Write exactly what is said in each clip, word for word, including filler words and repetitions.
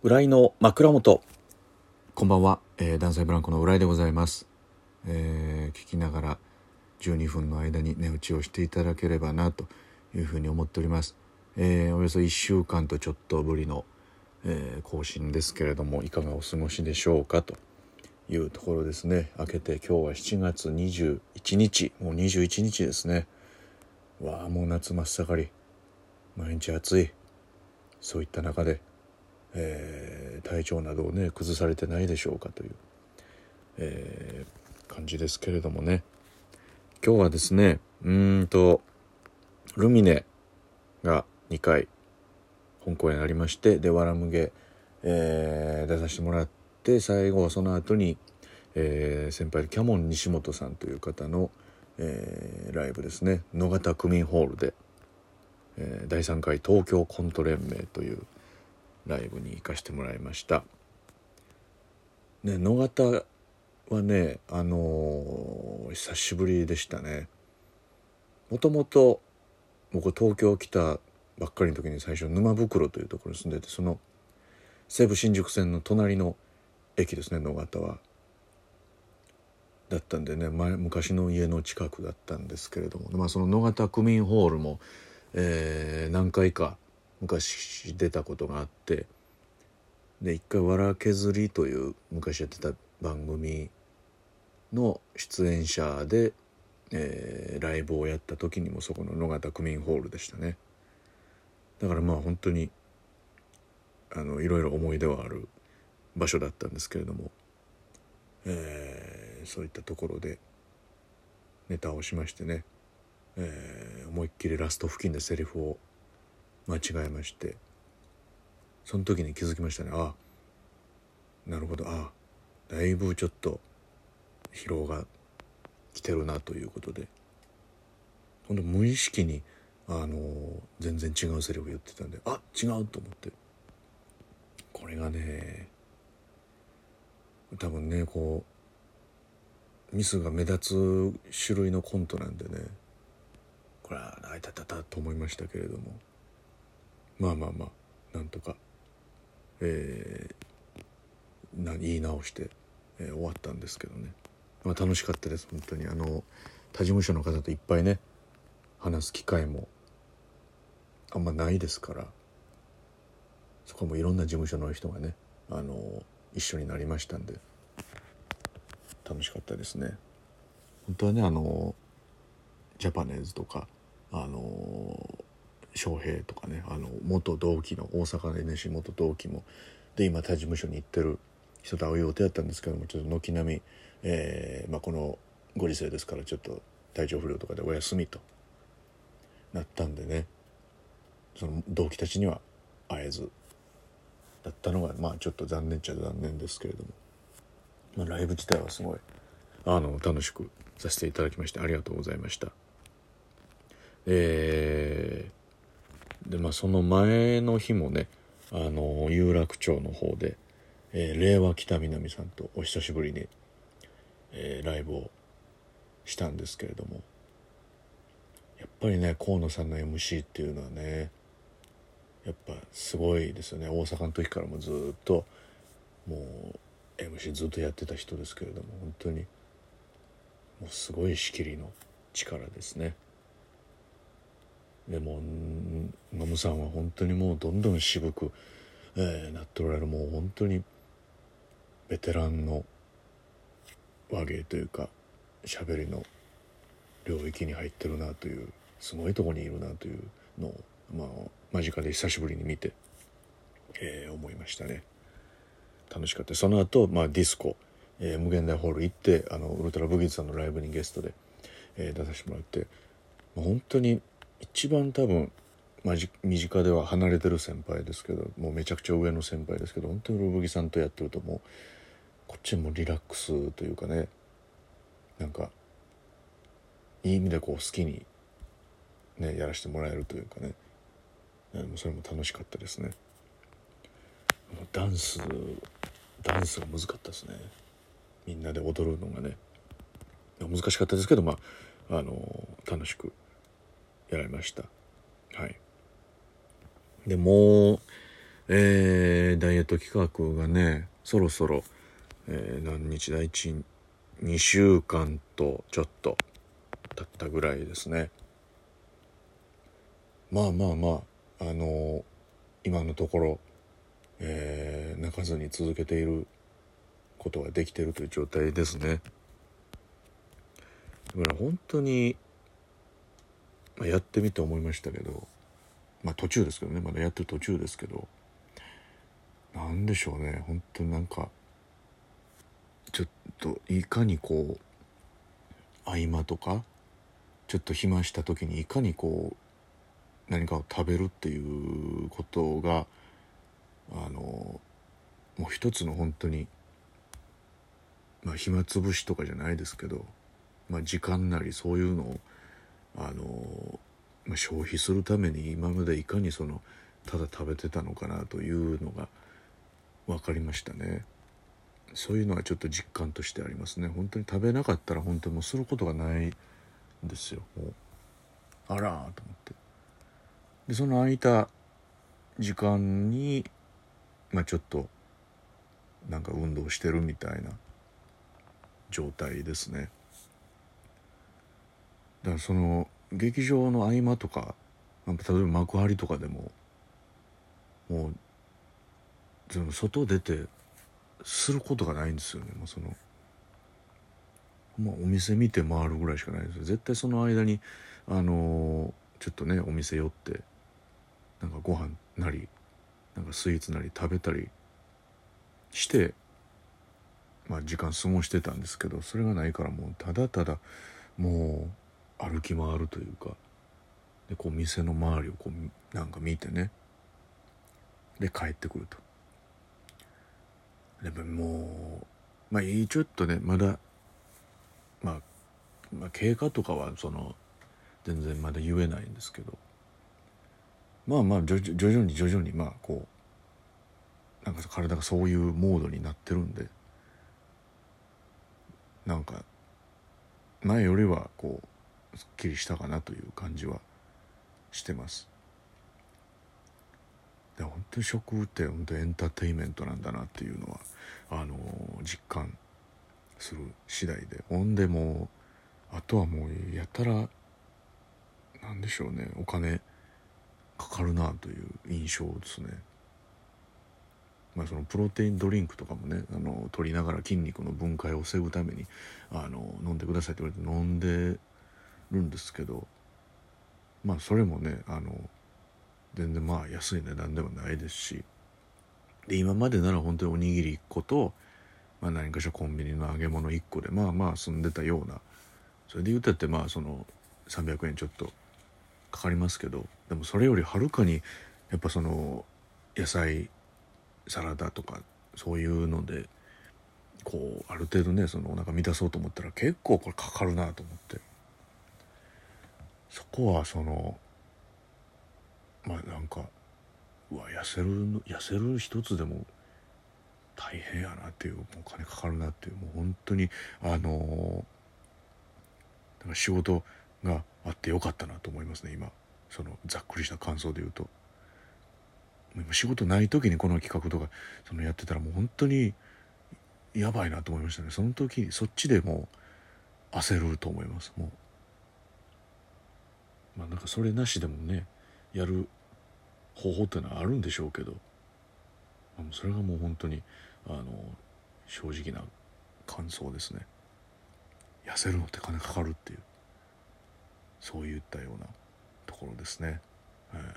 浦井の枕元。 こんばんは、えー、ダンサイブランコの浦井でございます、えー、聞きながらじゅうにふんの間に寝打ちをしていただければなというふうに思っております、えー、およそいっしゅうかんとちょっとぶりの、えー、更新ですけれども、いかがお過ごしでしょうかというところですね。明けて今日はしちがつにじゅういちにち、もうにじゅういちにちですね。わあ、もう夏真っ盛り、毎日暑い。そういった中でえー、体調などをね崩されてないでしょうかという、えー、感じですけれどもね。今日はですね、うーんとルミネがにかい本公演ありまして、でわらむげ、えー、出させてもらって、最後はその後に、えー、先輩キャモン西本さんという方の、えー、ライブですね、野方区民ホールで、えー、だいさんかい東京コント連盟というライブに行かせてもらいました、ね。野方はね、あのー、久しぶりでしたね。もともと僕東京来たばっかりの時に最初沼袋というところに住んでて、その西武新宿線の隣の駅ですね、野方は。だったんでね、前昔の家の近くだったんですけれども、まあ、その野方区民ホールも、えー、何回か昔出たことがあって、で一回わら削りという昔やってた番組の出演者で、えー、ライブをやった時にもそこの野方区民ホールでしたね。だからまあ本当にあのいろいろ思い出はある場所だったんですけれども、えー、そういったところでネタをしましてね、えー、思いっきりラスト付近でセリフを間違えまして、その時に気づきましたね。ああ、なるほど、ああ、だいぶちょっと疲労が来てるなということで、ほんと無意識にあの全然違うセリフ言ってたんで、あ、違うと思って、これがね多分ねこうミスが目立つ種類のコントなんでね、これはあいたたたと思いましたけれども、まあまあまあなんとか、えー、な言い直して、えー、終わったんですけどね、まあ、楽しかったです。本当にあの他事務所の方といっぱいね話す機会もあんまないですから、そこもいろんな事務所の人がねあの一緒になりましたんで楽しかったですね。本当はねあのジャパネーズとかあの翔平とかね、あの元同期の大阪の エヌエスシー 元同期もで今他事務所に行ってる人と会う予定だったんですけども、ちょっと軒並み、えーまあ、このご時世ですからちょっと体調不良とかでお休みとなったんでね、その同期たちには会えずだったのがまあちょっと残念っちゃ残念ですけれども、まあ、ライブ自体はすごいあの楽しくさせていただきましてありがとうございました。えー、でまあその前の日もねあの有楽町の方で、えー、令和北南さんとお久しぶりに、えー、ライブをしたんですけれども、やっぱりね河野さんの エムシー っていうのはねやっぱすごいですよね。大阪の時からもずっともう エムシー ずっとやってた人ですけれども、本当にもうすごい仕切りの力ですね。でもノムさんは本当にもうどんどん渋く、えー、なっておられる、もう本当にベテランの話芸というか喋りの領域に入ってるなという、すごいとこにいるなというのを、まあ、間近で久しぶりに見て、えー、思いましたね。楽しかった。その後、まあ、ディスコ、えー、無限大ホール行ってあのウルトラブギーズさんのライブにゲストで、えー、出させてもらって、まあ、本当に一番多分、まあ、身近では離れてる先輩ですけど、もうめちゃくちゃ上の先輩ですけど、本当にウルブギさんとやってるともうこっちもリラックスというかね、なんかいい意味でこう好きに、ね、やらせてもらえるというかね、それも楽しかったですね。ダンスダンスが難かったですね。みんなで踊るのがね難しかったですけど、まああの楽しくやられました。はい。でもうえー、ダイエット企画がねそろそろ、えー、何日だいち、にしゅうかんとちょっと経ったぐらいですね。まあまあまああのー、今のところ、えー、泣かずに続けていることができているという状態ですね。だから本当に、まあ、やってみて思いましたけど、まあ途中ですけどね、まだやってる途中ですけど、なんでしょうね、本当になんかちょっといかにこう合間とかちょっと暇した時にいかにこう何かを食べるっていうことがあのもう一つの本当にまあ暇つぶしとかじゃないですけど、まあ時間なりそういうのをあの、まあ、消費するために今までいかにそのただ食べてたのかなというのが分かりましたね。そういうのはちょっと実感としてありますね。本当に食べなかったら本当にもうすることがないんですよ。もうあらーと思って、でその空いた時間にまあちょっとなんか運動してるみたいな状態ですね。だからその劇場の合間とか例えば幕張とかでももうその外出てすることがないんですよね。もうその、まあ、お店見て回るぐらいしかないんですよ。絶対その間にあのー、ちょっとねお店寄ってなんかご飯なりなんかスイーツなり食べたりしてまあ時間過ごしてたんですけど、それがないからもうただただもう歩き回るというかでこう店の周りをこうなんか見てねで帰ってくると。でももうまあちょっとねまだ、まあ、まあ経過とかはその全然まだ言えないんですけど、まあまあ徐々に徐々にまあこうなんか体がそういうモードになってるんで、なんか前よりはこうすっきりしたかなという感じはしてます。で本当に食って本当エンターテインメントなんだなっていうのはあの実感する次第で、ほんでもうあとはもうやたらなんでしょうね、お金かかるなという印象ですね。まあ、そのプロテインドリンクとかもねあの取りながら筋肉の分解を防ぐためにあの飲んでくださいって言われて飲んでるんですけど、まあそれもねあの全然まあ安い値段ではないですし、で今までなら本当におにぎりいっこと、まあ、何かしらコンビニの揚げ物いっこでまあまあ済んでたような、それで言ったってまあそのさんびゃくえんちょっとかかりますけど、でもそれよりはるかにやっぱその野菜サラダとかそういうのでこうある程度ねそのお腹満たそうと思ったら結構これかかるなと思って、そこはそのまあなんかうわ痩せる痩せる一つでも大変やなっていう、もうお金かかるなっていう、もう本当にあのだから仕事があってよかったなと思いますね。今そのざっくりした感想で言うと、今仕事ない時にこの企画とかそのやってたらもう本当にやばいなと思いましたね。その時そっちでもう焦ると思います。もうまあなんかそれなしでもねやる方法っていうのはあるんでしょうけど、それがもう本当にあの正直な感想ですね。痩せるのって金かかるっていう、そういったようなところですね。えー、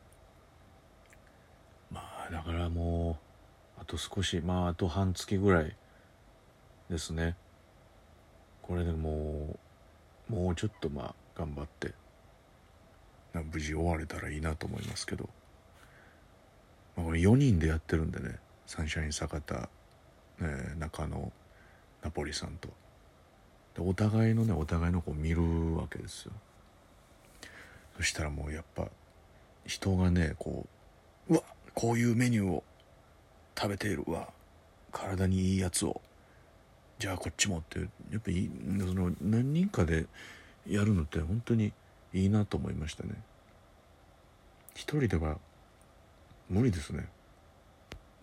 まあだからもうあと少し、まああと半月ぐらいですね。これでもうもうちょっとまあ頑張って無事終われたらいいなと思いますけど、まあ、これよにんでやってるんでね、サンシャイン坂田、えー、中野ナポリさんとでお互いのねお互いのこう見るわけですよ。そしたらもうやっぱ人がねこううわこういうメニューを食べているわ、体にいいやつをじゃあこっちもってやっぱりその何人かでやるのって本当にいいなと思いましたね。一人では無理ですね。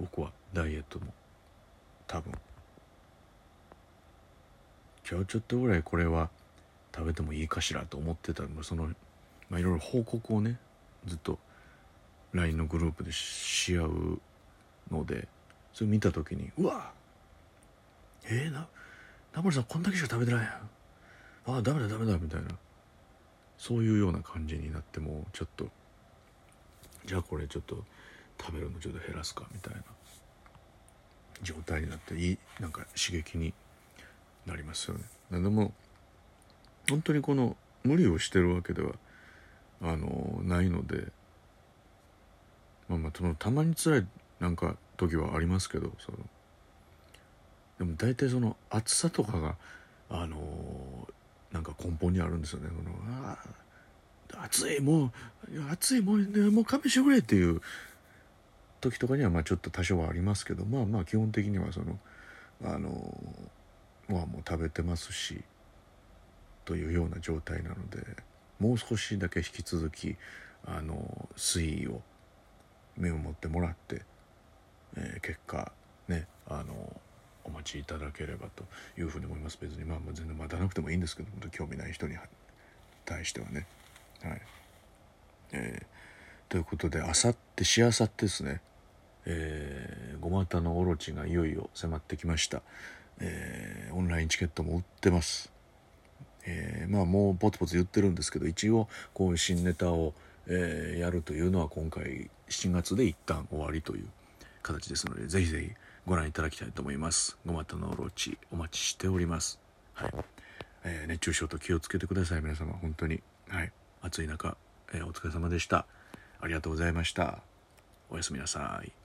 僕はダイエットも多分今日ちょっとぐらいこれは食べてもいいかしらと思ってたのその、まあ、いろいろ報告をねずっと ライン のグループでし合うので、それ見た時にうわえー、なナポリさんこんだけしか食べてないやん、ああダメだダメだみたいな、そういうような感じになってもちょっとじゃあこれちょっと食べるのちょっと減らすかみたいな状態になっていいなんか刺激になりますよね。でも本当にこの無理をしてるわけではあのないので、まあまあそのたまに辛いなんか時はありますけど、そのでも大体その暑さとかがあのなんか根本にあるんですよね。そのあ暑いもう暑いもう、ね、もう勘弁してくれっていう時とかにはまあちょっと多少はありますけど、まあまあ基本的にはそのあのご飯も食べてますしというような状態なので、もう少しだけ引き続きあの推移を目を持ってもらって、えー、結果ねあのお待ちいただければというふうに思います。別にまあまあ全然待たなくてもいいんですけど、興味ない人に対してはね、はいえー、ということであさってしあさってですね、えー、ごまたのオロチがいよいよ迫ってきました。えー、オンラインチケットも売ってます。えー、まあもうポツポツ言ってるんですけど、一応こういう新ネタを、えー、やるというのは今回しちがつで一旦終わりという形ですので、ぜひぜひご覧いただきたいと思います。ごまたのオロチお待ちしております。はい、えー、熱中症と気をつけてください皆様、本当に、はい、暑い中、えー、お疲れ様でした。ありがとうございました。おやすみなさい。